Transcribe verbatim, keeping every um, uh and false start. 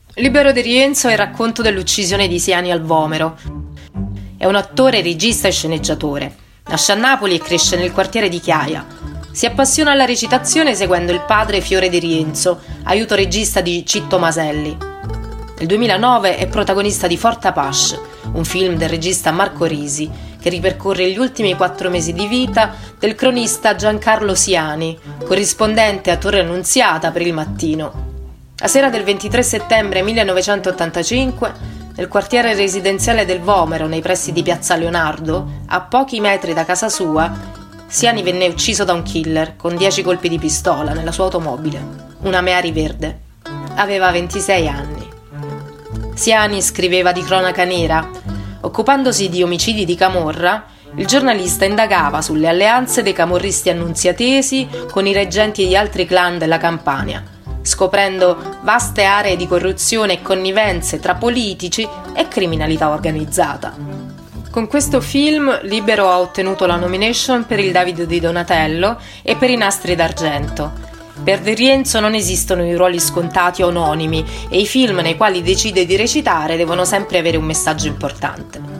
Libero di Rienzo è il racconto dell'uccisione di sei anni al Vomero. È un attore, regista e sceneggiatore. Nasce a Napoli e cresce nel quartiere di Chiaia. Si appassiona alla recitazione seguendo il padre Fiore di Rienzo, aiuto regista di Citto Maselli. Nel duemilanove è protagonista di Fort Apache, un film del regista Marco Risi, che ripercorre gli ultimi quattro mesi di vita del cronista Giancarlo Siani, corrispondente a Torre Annunziata per Il Mattino. La sera del ventitré settembre millenovecentottantacinque, nel quartiere residenziale del Vomero, nei pressi di Piazza Leonardo, a pochi metri da casa sua, Siani venne ucciso da un killer con dieci colpi di pistola nella sua automobile, una Meari verde. Aveva ventisei anni. Siani scriveva di cronaca nera. Occupandosi di omicidi di camorra, il giornalista indagava sulle alleanze dei camorristi annunziatesi con i reggenti di altri clan della Campania, scoprendo vaste aree di corruzione e connivenze tra politici e criminalità organizzata. Con questo film Libero ha ottenuto la nomination per il David di Donatello e per i Nastri d'Argento. Per De Rienzo non esistono i ruoli scontati o anonimi e i film nei quali decide di recitare devono sempre avere un messaggio importante.